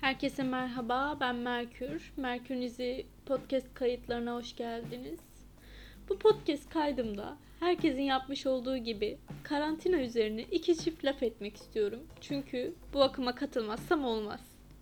Herkese merhaba, ben Merkür. Merkürnizi podcast kayıtlarına hoş geldiniz. Bu podcast kaydımda herkesin yapmış olduğu gibi karantina üzerine iki çift laf etmek istiyorum. Çünkü bu akıma katılmazsam olmaz.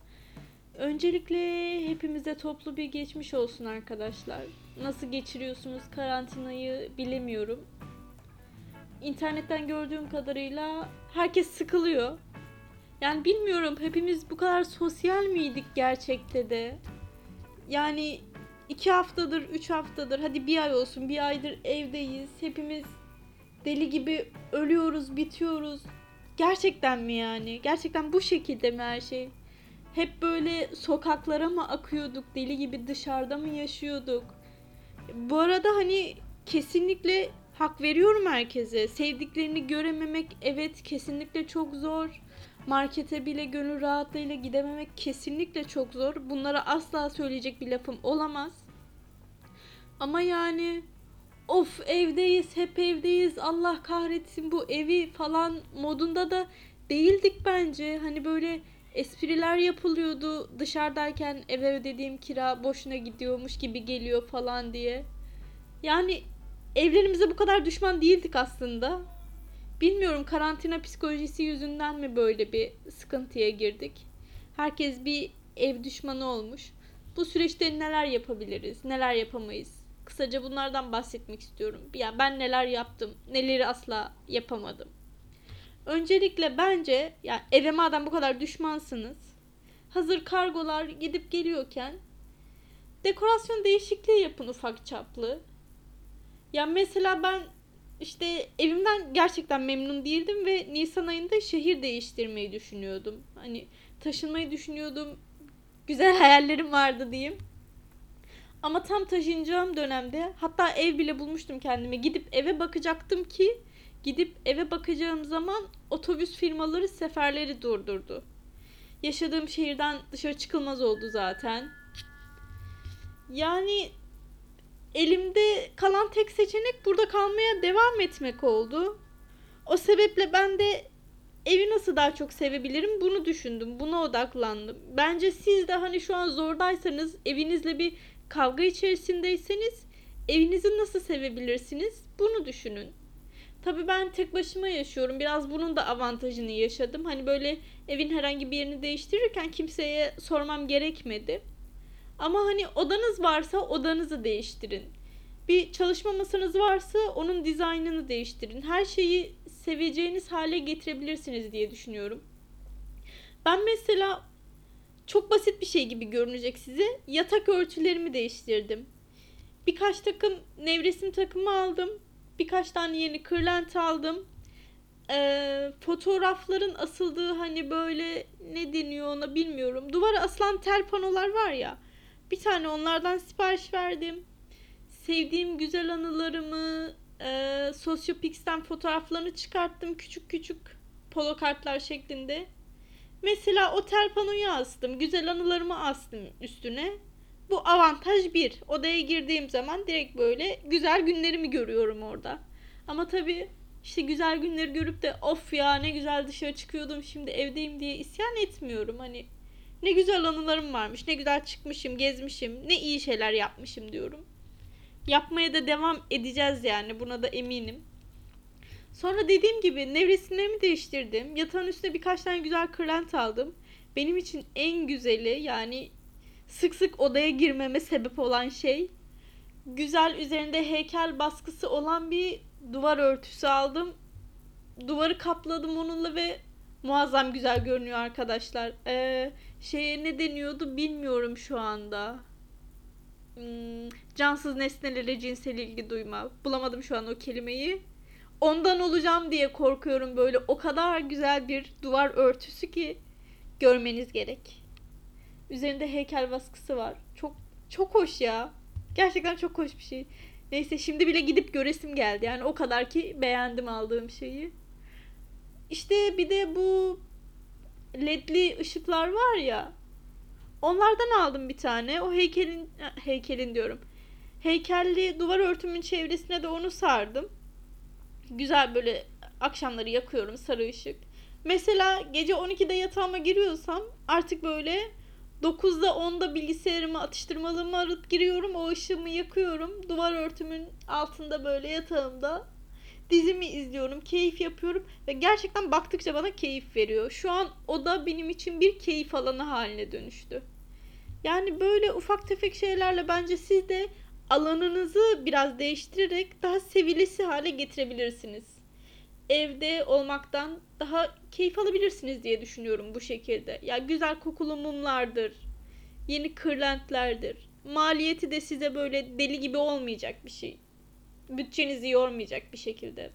Öncelikle hepimize toplu bir geçmiş olsun arkadaşlar. Nasıl geçiriyorsunuz karantinayı bilemiyorum. İnternetten gördüğüm kadarıyla herkes sıkılıyor. Yani bilmiyorum, hepimiz bu kadar sosyal miydik gerçekte de? Yani 2 haftadır, 3 haftadır, hadi bir ay olsun, bir aydır evdeyiz. Hepimiz deli gibi ölüyoruz, bitiyoruz. Gerçekten mi yani? Gerçekten bu şekilde mi her şey? Hep böyle sokaklara mı akıyorduk, deli gibi dışarıda mı yaşıyorduk? Bu arada hani kesinlikle hak veriyorum herkese. Sevdiklerini görememek evet kesinlikle çok zor. Markete bile gönül rahatlığıyla gidememek kesinlikle çok zor. Bunlara asla söyleyecek bir lafım olamaz. Ama yani of evdeyiz, hep evdeyiz, Allah kahretsin bu evi falan modunda da değildik bence. Hani böyle espriler yapılıyordu dışarıdayken, eve ödediğim kira boşuna gidiyormuş gibi geliyor falan diye. Yani evlerimize bu kadar düşman değildik aslında. Bilmiyorum, karantina psikolojisi yüzünden mi böyle bir sıkıntıya girdik? Herkes bir ev düşmanı olmuş. Bu süreçte neler yapabiliriz, neler yapamayız? Kısaca bunlardan bahsetmek istiyorum. Ya ben neler yaptım, neleri asla yapamadım. Öncelikle bence ya eve madem bu kadar düşmansınız, hazır kargolar gidip geliyorken dekorasyon değişikliği yapın ufak çaplı. Ya mesela ben işte evimden gerçekten memnun değildim ve Nisan ayında şehir değiştirmeyi düşünüyordum. Hani taşınmayı düşünüyordum. Güzel hayallerim vardı diyeyim. Ama tam taşınacağım dönemde hatta ev bile bulmuştum kendime. Gidip eve bakacağım zaman otobüs firmaları seferleri durdurdu. Yaşadığım şehirden dışarı çıkılmaz oldu zaten. Yani elimde kalan tek seçenek burada kalmaya devam etmek oldu. O sebeple ben de evi nasıl daha çok sevebilirim bunu düşündüm. Buna odaklandım. Bence siz de hani şu an zordaysanız, evinizle bir kavga içerisindeyseniz evinizi nasıl sevebilirsiniz? Bunu düşünün. Tabii ben tek başıma yaşıyorum. Biraz bunun da avantajını yaşadım. Hani böyle evin herhangi bir yerini değiştirirken kimseye sormam gerekmedi. Ama hani odanız varsa odanızı değiştirin. Bir çalışma masanız varsa onun dizaynını değiştirin. Her şeyi seveceğiniz hale getirebilirsiniz diye düşünüyorum. Ben mesela çok basit bir şey gibi görünecek size. Yatak örtülerimi değiştirdim. Birkaç takım nevresim takımı aldım. Birkaç tane yeni kırlent aldım. Fotoğrafların asıldığı hani böyle ne deniyor ona bilmiyorum. Duvara asılan tel panolar var ya. Bir tane onlardan sipariş verdim. Sevdiğim güzel anılarımı Sociopix'ten fotoğraflarını çıkarttım küçük küçük polo kartlar şeklinde. Mesela o tel panoyu astım. Güzel anılarımı astım üstüne. Bu avantaj bir. Odaya girdiğim zaman direkt böyle güzel günlerimi görüyorum orada. Ama tabii işte güzel günleri görüp de of ya ne güzel dışarı çıkıyordum şimdi evdeyim diye isyan etmiyorum. Hani ne güzel anılarım varmış, ne güzel çıkmışım, gezmişim, ne iyi şeyler yapmışım diyorum. Yapmaya da devam edeceğiz yani, buna da eminim. Sonra dediğim gibi nevresimlerimi değiştirdim. Yatağın üstüne birkaç tane güzel kırlent aldım. Benim için en güzeli yani sık sık odaya girmeme sebep olan şey, güzel üzerinde heykel baskısı olan bir duvar örtüsü aldım. Duvarı kapladım onunla ve muazzam güzel görünüyor arkadaşlar. Şeye ne deniyordu bilmiyorum şu anda. Cansız nesnelere cinsel ilgi duyma. Bulamadım şu an o kelimeyi. Ondan olacağım diye korkuyorum böyle. O kadar güzel bir duvar örtüsü ki görmeniz gerek. Üzerinde heykel baskısı var. Çok çok hoş ya. Gerçekten çok hoş bir şey. Neyse şimdi bile gidip göresim geldi. Yani o kadar ki beğendim aldığım şeyi. İşte bir de bu ledli ışıklar var ya. Onlardan aldım bir tane. O heykelin diyorum. Heykelli duvar örtümün çevresine de onu sardım. Güzel böyle akşamları yakıyorum sarı ışık. Mesela gece 12'de yatağıma giriyorsam artık böyle 9'da 10'da bilgisayarımı atıştırmalığımı alıp giriyorum. O ışığımı yakıyorum. Duvar örtümün altında böyle yatağımda dizimi izliyorum. Keyif yapıyorum. Ve gerçekten baktıkça bana keyif veriyor. Şu an o da benim için bir keyif alanı haline dönüştü. Yani böyle ufak tefek şeylerle bence siz de alanınızı biraz değiştirerek daha sevilesi hale getirebilirsiniz. Evde olmaktan daha keyif alabilirsiniz diye düşünüyorum bu şekilde. Ya güzel kokulu mumlardır, yeni kırlentlerdir. Maliyeti de size böyle deli gibi olmayacak bir şey. Bütçenizi yormayacak bir şekilde.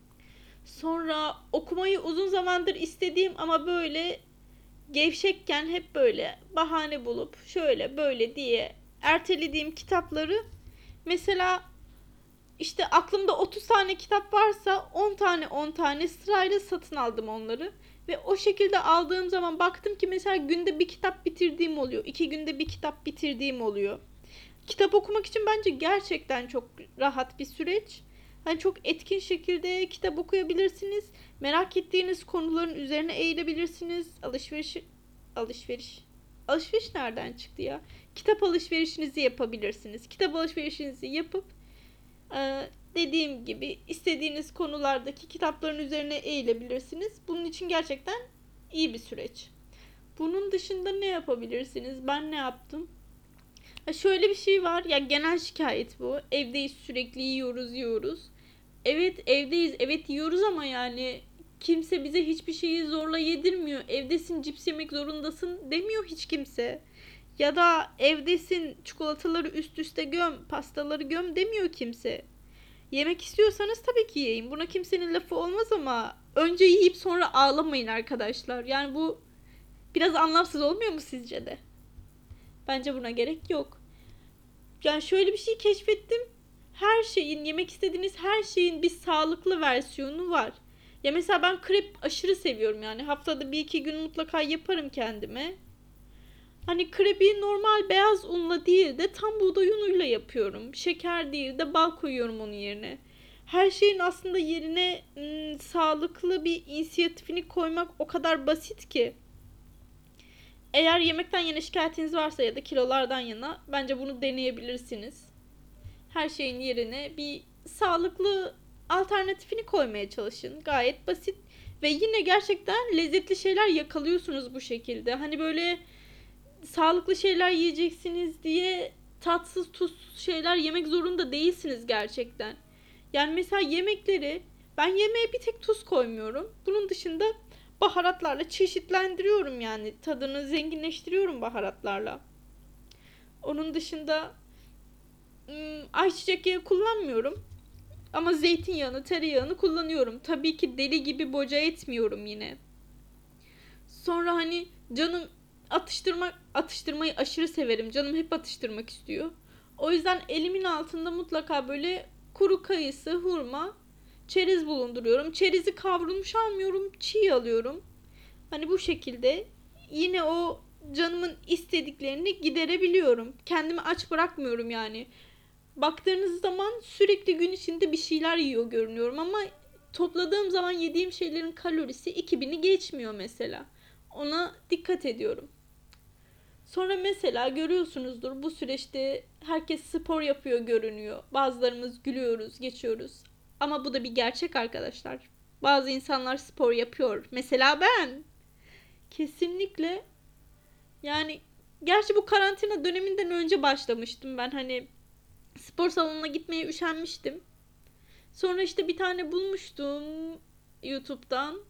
Sonra okumayı uzun zamandır istediğim ama böyle gevşekken hep böyle bahane bulup şöyle böyle diye ertelediğim kitapları, mesela işte aklımda 30 tane kitap varsa 10 tane 10 tane sırayla satın aldım onları. Ve o şekilde aldığım zaman baktım ki mesela günde bir kitap bitirdiğim oluyor. 2 günde bir kitap bitirdiğim oluyor. Kitap okumak için bence gerçekten çok rahat bir süreç. Hani çok etkin şekilde kitap okuyabilirsiniz. Merak ettiğiniz konuların üzerine eğilebilirsiniz. Alışveriş. Alışveriş nereden çıktı ya? Kitap alışverişinizi yapabilirsiniz. Kitap alışverişinizi yapıp dediğim gibi istediğiniz konulardaki kitapların üzerine eğilebilirsiniz. Bunun için gerçekten iyi bir süreç. Bunun dışında ne yapabilirsiniz? Ben ne yaptım? Şöyle bir şey var. Ya genel şikayet bu. Evdeyiz, sürekli yiyoruz. Evet evdeyiz. Evet yiyoruz ama yani kimse bize hiçbir şeyi zorla yedirmiyor. Evdesin, cips yemek zorundasın demiyor hiç kimse. Ya da evdesin, çikolataları üst üste göm, pastaları göm demiyor kimse. Yemek istiyorsanız tabii ki yiyin. Buna kimsenin lafı olmaz ama önce yiyip sonra ağlamayın arkadaşlar. Yani bu biraz anlamsız olmuyor mu sizce de? Bence buna gerek yok. Yani şöyle bir şey keşfettim. Her şeyin, yemek istediğiniz her şeyin bir sağlıklı versiyonu var. Ya mesela ben krep aşırı seviyorum yani. Haftada 1-2 gün mutlaka yaparım kendime. Hani krepi normal beyaz unla değil de tam buğday unuyla yapıyorum. Şeker değil de bal koyuyorum onun yerine. Her şeyin aslında yerine sağlıklı bir inisiyatifini koymak o kadar basit ki. Eğer yemekten yana şikayetiniz varsa ya da kilolardan yana bence bunu deneyebilirsiniz. Her şeyin yerine bir sağlıklı alternatifini koymaya çalışın. Gayet basit ve yine gerçekten lezzetli şeyler yakalıyorsunuz bu şekilde. Hani böyle sağlıklı şeyler yiyeceksiniz diye tatsız tuzsuz şeyler yemek zorunda değilsiniz gerçekten. Yani mesela yemekleri ben yemeğe bir tek tuz koymuyorum. Bunun dışında baharatlarla çeşitlendiriyorum yani. Tadını zenginleştiriyorum baharatlarla. Onun dışında ayçiçek yağı kullanmıyorum. Ama zeytinyağını, tereyağını kullanıyorum. Tabii ki deli gibi boca etmiyorum yine. Sonra hani canım atıştırmayı aşırı severim. Canım hep atıştırmak istiyor. O yüzden elimin altında mutlaka böyle kuru kayısı, hurma, çerez bulunduruyorum. Çerezi kavrulmuş almıyorum, çiğ alıyorum. Hani bu şekilde yine o canımın istediklerini giderebiliyorum. Kendimi aç bırakmıyorum yani. Baktığınız zaman sürekli gün içinde bir şeyler yiyor görünüyorum ama topladığım zaman yediğim şeylerin kalorisi 2000'i geçmiyor mesela. Ona dikkat ediyorum. Sonra mesela görüyorsunuzdur bu süreçte herkes spor yapıyor görünüyor. Bazılarımız gülüyoruz, geçiyoruz. Ama bu da bir gerçek arkadaşlar. Bazı insanlar spor yapıyor. Mesela ben. Kesinlikle. Yani gerçi bu karantina döneminden önce başlamıştım ben, hani spor salonuna gitmeye üşenmiştim. Sonra işte bir tane bulmuştum YouTube'dan.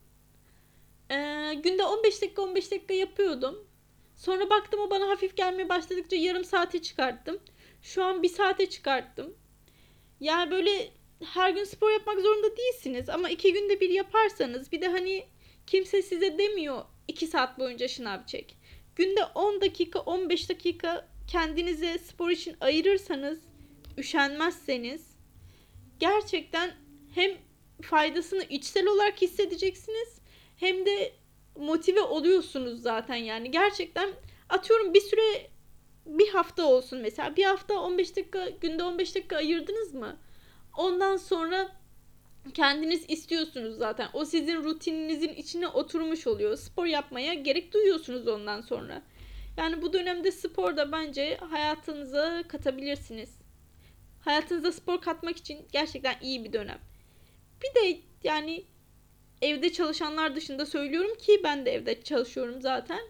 Günde 15 dakika 15 dakika yapıyordum. Sonra baktım o bana hafif gelmeye başladıkça yarım saate çıkarttım. Şu an bir saate çıkarttım. Yani böyle her gün spor yapmak zorunda değilsiniz. Ama 2 günde bir yaparsanız, bir de hani kimse size demiyor 2 saat boyunca şınav çek. Günde 10 dakika 15 dakika kendinize spor için ayırırsanız, üşenmezseniz gerçekten hem faydasını içsel olarak hissedeceksiniz hem de motive oluyorsunuz zaten yani. Gerçekten atıyorum bir süre, bir hafta olsun mesela. Bir hafta 15 dakika, günde 15 dakika ayırdınız mı? Ondan sonra kendiniz istiyorsunuz zaten. O sizin rutininizin içine oturmuş oluyor. Spor yapmaya gerek duyuyorsunuz ondan sonra. Yani bu dönemde spor da bence hayatınıza katabilirsiniz. Hayatınıza spor katmak için gerçekten iyi bir dönem. Bir de yani evde çalışanlar dışında söylüyorum ki ben de evde çalışıyorum zaten.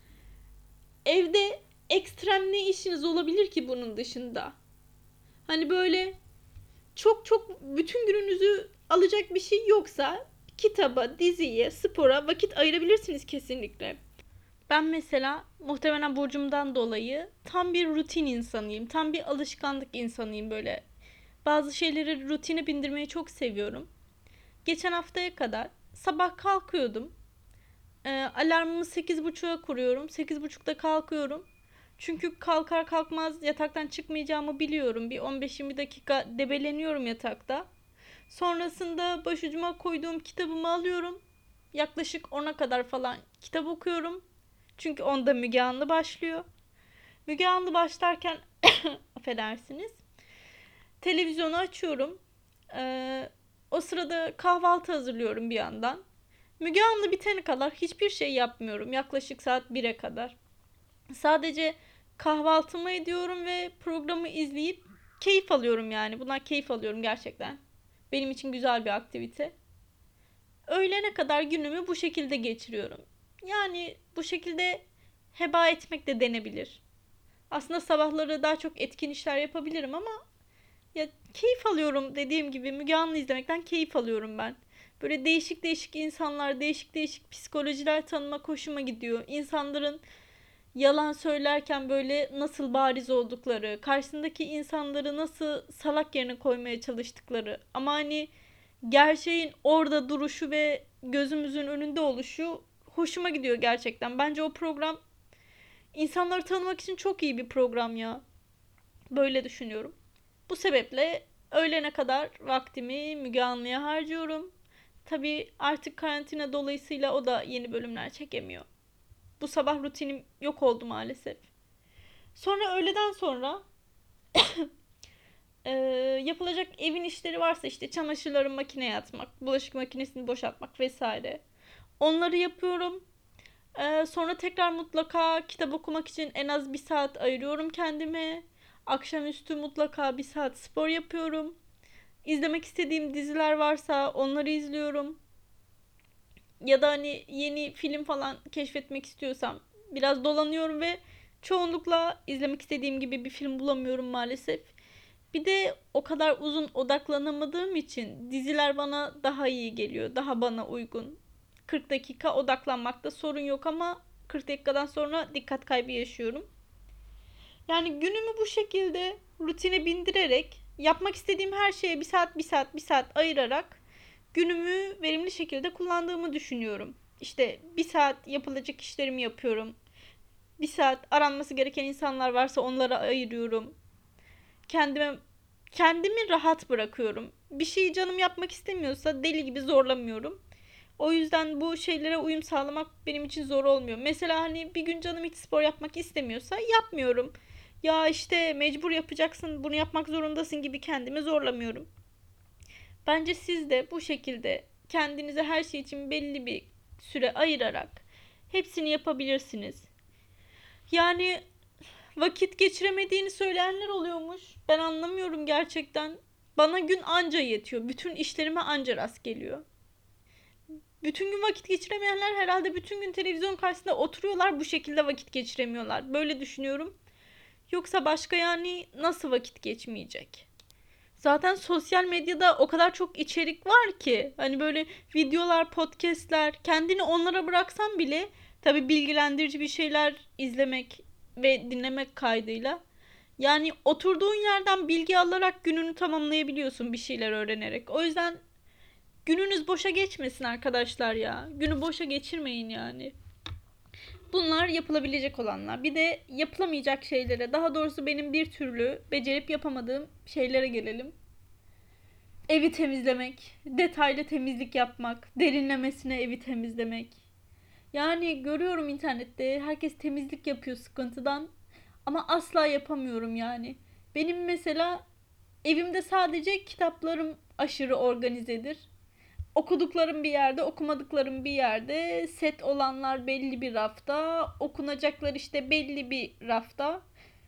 Evde ekstrem ne işiniz olabilir ki bunun dışında? Hani böyle çok çok bütün gününüzü alacak bir şey yoksa kitaba, diziye, spora vakit ayırabilirsiniz kesinlikle. Ben mesela muhtemelen burcumdan dolayı tam bir rutin insanıyım. Tam bir alışkanlık insanıyım böyle. Bazı şeyleri rutine bindirmeyi çok seviyorum. Geçen haftaya kadar sabah kalkıyordum. Alarmımı 8.30'a kuruyorum. 8.30'da kalkıyorum. Çünkü kalkar kalkmaz yataktan çıkmayacağımı biliyorum. Bir 15-20 dakika debeleniyorum yatakta. Sonrasında başucuma koyduğum kitabımı alıyorum. Yaklaşık 10'a kadar falan kitap okuyorum. Çünkü onda Müge Anlı başlıyor. Müge Anlı başlarken affedersiniz. Televizyonu açıyorum. O sırada kahvaltı hazırlıyorum bir yandan. Müge Anlı bitene kadar hiçbir şey yapmıyorum. Yaklaşık saat 1'e kadar. Sadece kahvaltımı ediyorum ve programı izleyip keyif alıyorum yani. Bundan keyif alıyorum gerçekten. Benim için güzel bir aktivite. Öğlene kadar günümü bu şekilde geçiriyorum. Yani bu şekilde heba etmek de denebilir. Aslında sabahları daha çok etkin işler yapabilirim ama ya keyif alıyorum dediğim gibi Müge Anlı izlemekten keyif alıyorum ben. Böyle değişik değişik insanlar, değişik değişik psikolojiler tanımak hoşuma gidiyor. İnsanların yalan söylerken böyle nasıl bariz oldukları, karşısındaki insanları nasıl salak yerine koymaya çalıştıkları. Ama hani gerçeğin orada duruşu ve gözümüzün önünde oluşu hoşuma gidiyor gerçekten. Bence o program insanları tanımak için çok iyi bir program ya. Böyle düşünüyorum. Bu sebeple öğlene kadar vaktimi Müge Anlı'ya harcıyorum. Tabii artık karantina dolayısıyla o da yeni bölümler çekemiyor. Bu sabah rutinim yok oldu maalesef. Sonra öğleden sonra e, yapılacak evin işleri varsa işte çamaşırları makineye atmak, bulaşık makinesini boşaltmak vesaire. Onları yapıyorum. Sonra tekrar mutlaka kitap okumak için en az 1 saat ayırıyorum kendime. Akşamüstü mutlaka 1 saat spor yapıyorum. İzlemek istediğim diziler varsa onları izliyorum. Ya da hani yeni film falan keşfetmek istiyorsam biraz dolanıyorum ve çoğunlukla izlemek istediğim gibi bir film bulamıyorum maalesef. Bir de o kadar uzun odaklanamadığım için diziler bana daha iyi geliyor, daha bana uygun. 40 dakika odaklanmakta sorun yok ama 40 dakikadan sonra dikkat kaybı yaşıyorum. Yani günümü bu şekilde rutine bindirerek yapmak istediğim her şeye 1 saat, 1 saat, 1 saat ayırarak günümü verimli şekilde kullandığımı düşünüyorum. İşte 1 saat yapılacak işlerimi yapıyorum. 1 saat aranması gereken insanlar varsa onlara ayırıyorum. Kendime kendimi rahat bırakıyorum. Bir şeyi canım yapmak istemiyorsa deli gibi zorlamıyorum. O yüzden bu şeylere uyum sağlamak benim için zor olmuyor. Mesela hani bir gün canım hiç spor yapmak istemiyorsa yapmıyorum. Ya işte mecbur yapacaksın, bunu yapmak zorundasın gibi kendimi zorlamıyorum. Bence siz de bu şekilde kendinize her şey için belli bir süre ayırarak hepsini yapabilirsiniz. Yani vakit geçiremediğini söyleyenler oluyormuş. Ben anlamıyorum gerçekten. Bana gün anca yetiyor. Bütün işlerime anca rast geliyor. Bütün gün vakit geçiremeyenler herhalde bütün gün televizyon karşısında oturuyorlar bu şekilde vakit geçiremiyorlar. Böyle düşünüyorum. Yoksa başka yani nasıl vakit geçmeyecek? Zaten sosyal medyada o kadar çok içerik var ki. Hani böyle videolar, podcastler kendini onlara bıraksan bile tabii bilgilendirici bir şeyler izlemek ve dinlemek kaydıyla. Yani oturduğun yerden bilgi alarak gününü tamamlayabiliyorsun bir şeyler öğrenerek. O yüzden gününüz boşa geçmesin arkadaşlar ya. Günü boşa geçirmeyin yani. Bunlar yapılabilecek olanlar. Bir de yapılamayacak şeylere, daha doğrusu benim bir türlü becerip yapamadığım şeylere gelelim. Evi temizlemek, detaylı temizlik yapmak, derinlemesine evi temizlemek. Yani görüyorum internette herkes temizlik yapıyor sıkıntıdan ama asla yapamıyorum yani. Benim mesela evimde sadece kitaplarım aşırı organizedir. Okuduklarım bir yerde, okumadıklarım bir yerde, set olanlar belli bir rafta, okunacaklar işte belli bir rafta.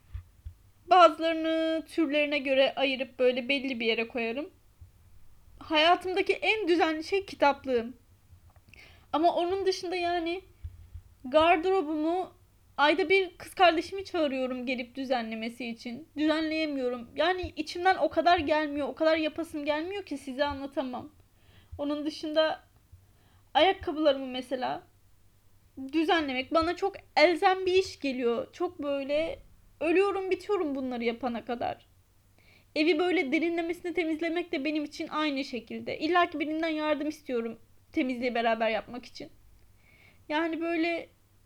Bazılarını türlerine göre ayırıp böyle belli bir yere koyarım. Hayatımdaki en düzenli şey kitaplığım. Ama onun dışında yani gardırobumu ayda bir kız kardeşimi çağırıyorum gelip düzenlemesi için. Düzenleyemiyorum. Yani içimden o kadar gelmiyor, o kadar yapasım gelmiyor ki size anlatamam. Onun dışında ayakkabılarımı mesela düzenlemek bana çok elzem bir iş geliyor. Çok böyle ölüyorum bitiyorum bunları yapana kadar. Evi böyle derinlemesine temizlemek de benim için aynı şekilde. İlla ki birinden yardım istiyorum temizliği beraber yapmak için. Yani böyle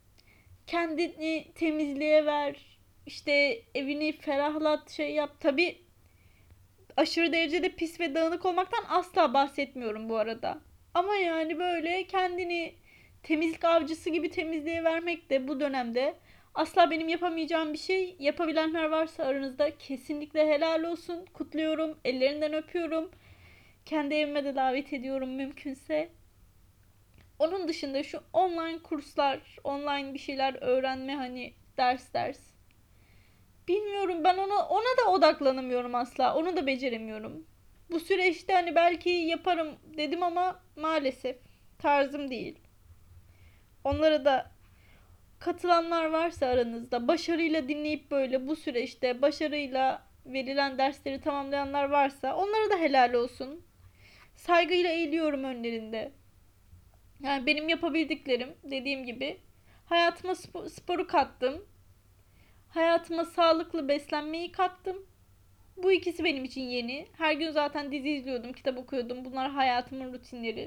kendini temizliğe ver, işte evini ferahlat, şey yap. Tabii aşırı derecede pis ve dağınık olmaktan asla bahsetmiyorum bu arada. Ama yani böyle kendini temizlik avcısı gibi temizliğe vermek de bu dönemde asla benim yapamayacağım bir şey. Yapabilenler varsa aranızda kesinlikle helal olsun. Kutluyorum, ellerinden öpüyorum. Kendi evime de davet ediyorum mümkünse. Onun dışında şu online kurslar, online bir şeyler öğrenme hani ders. Bilmiyorum ben ona da odaklanamıyorum asla. Onu da beceremiyorum. Bu süreçte hani belki yaparım dedim ama maalesef tarzım değil. Onlara da katılanlar varsa aranızda başarıyla dinleyip böyle bu süreçte başarıyla verilen dersleri tamamlayanlar varsa onlara da helal olsun. Saygıyla eğiliyorum önlerinde. Yani benim yapabildiklerim dediğim gibi hayatıma sporu kattım. Hayatıma sağlıklı beslenmeyi kattım. Bu ikisi benim için yeni. Her gün zaten dizi izliyordum, kitap okuyordum. Bunlar hayatımın rutinleri.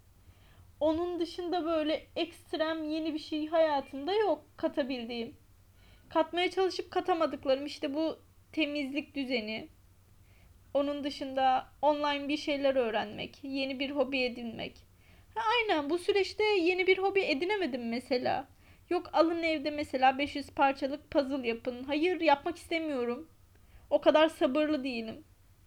Onun dışında böyle ekstrem yeni bir şey hayatımda yok katabildiğim. Katmaya çalışıp katamadıklarım işte bu temizlik düzeni. Onun dışında online bir şeyler öğrenmek, yeni bir hobi edinmek. Ha, aynen bu süreçte yeni bir hobi edinemedim mesela. Yok alın evde mesela 500 parçalık puzzle yapın. Hayır yapmak istemiyorum. O kadar sabırlı değilim.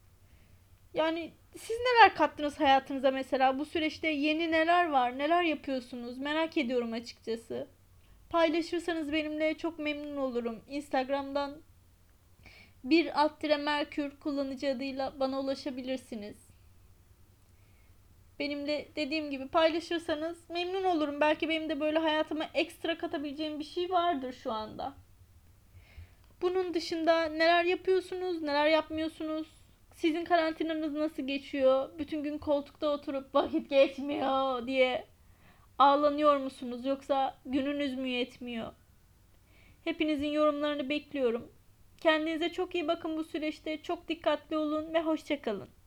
Yani siz neler kattınız hayatınıza mesela? Bu süreçte yeni neler var? Neler yapıyorsunuz? Merak ediyorum açıkçası. Paylaşırsanız benimle çok memnun olurum. Instagram'dan bir alt tire Merkür kullanıcı adıyla bana ulaşabilirsiniz. Benimle dediğim gibi paylaşırsanız memnun olurum. Belki benim de böyle hayatıma ekstra katabileceğim bir şey vardır şu anda. Bunun dışında neler yapıyorsunuz, neler yapmıyorsunuz? Sizin karantinanız nasıl geçiyor? Bütün gün koltukta oturup vakit geçmiyor diye ağlanıyor musunuz yoksa gününüz mü yetmiyor? Hepinizin yorumlarını bekliyorum. Kendinize çok iyi bakın bu süreçte. Çok dikkatli olun ve hoşça kalın.